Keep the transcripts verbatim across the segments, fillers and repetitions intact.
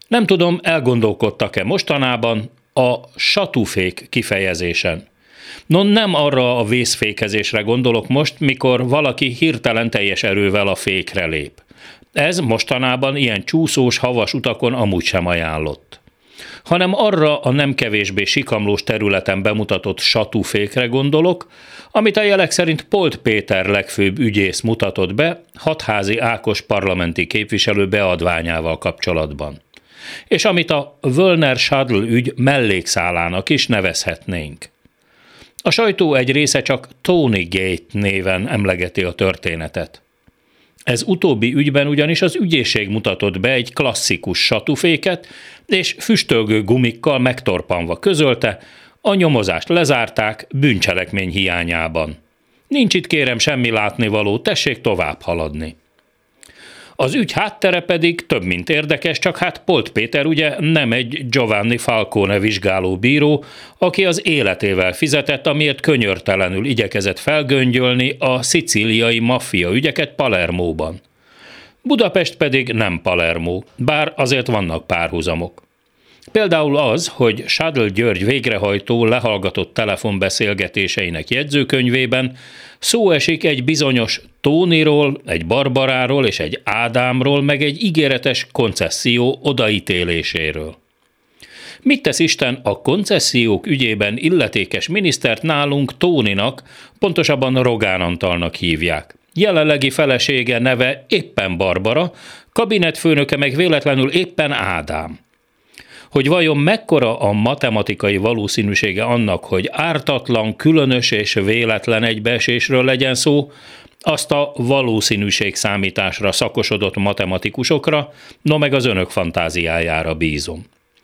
Nem tudom, elgondolkodtak-e mostanában a satúfék kifejezésen. No, nem arra a vészfékezésre gondolok most, mikor valaki hirtelen teljes erővel a fékre lép. Ez mostanában ilyen csúszós, havas utakon amúgy sem ajánlott. Hanem arra a nem kevésbé sikamlós területen bemutatott satúfékre gondolok, amit a jelek szerint Polt Péter legfőbb ügyész mutatott be Hatházi Ákos parlamenti képviselő beadványával kapcsolatban. És amit a Völner-Schadl ügy mellékszálának is nevezhetnénk. A sajtó egy része csak Tony Gate néven emlegeti a történetet. Ez utóbbi ügyben ugyanis az ügyészség mutatott be egy klasszikus satúféket, és füstölgő gumikkal megtorpanva közölte, a nyomozást lezárták bűncselekmény hiányában. Nincs itt kérem semmi látnivaló, tessék tovább haladni. Az ügy háttere pedig több mint érdekes, csak hát Polt Péter ugye nem egy Giovanni Falcone vizsgáló bíró, aki az életével fizetett, amiért könyörtelenül igyekezett felgöngyölni a szicíliai maffia ügyeket Palermóban. Budapest pedig nem Palermó, bár azért vannak párhuzamok. Például az, hogy Schadl György végrehajtó lehallgatott telefonbeszélgetéseinek jegyzőkönyvében szó esik egy bizonyos Tóniról, egy Barbaráról és egy Ádámról, meg egy ígéretes koncesszió odaítéléséről. Mit tesz Isten a koncesziók ügyében illetékes minisztert nálunk Tóninak, pontosabban Rogán Antalnak hívják. Jelenlegi felesége neve éppen Barbara, kabinetfőnöke meg véletlenül éppen Ádám. Hogy vajon mekkora a matematikai valószínűsége annak, hogy ártatlan, különös és véletlen egybeesésről legyen szó, azt a valószínűségszámításra szakosodott matematikusokra, no meg az önök fantáziájára bízom.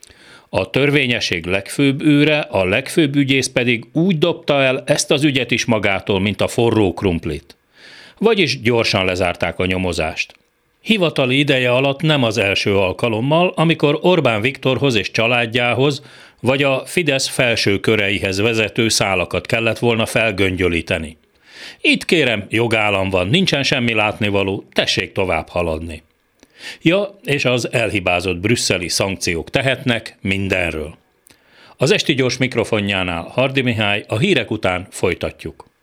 A törvényesség legfőbb őre, a legfőbb ügyész pedig úgy dobta el ezt az ügyet is magától, mint a forró krumplit. Vagyis gyorsan lezárták a nyomozást. Hivatali ideje alatt nem az első alkalommal, amikor Orbán Viktorhoz és családjához, vagy a Fidesz felső köreihez vezető szálakat kellett volna felgöngyölíteni. Itt kérem, jogállam van, nincsen semmi látnivaló, tessék tovább haladni. Ja, és az elhibázott brüsszeli szankciók tehetnek mindenről. Az Esti Gyors mikrofonjánál Hardy Mihály, a hírek után folytatjuk.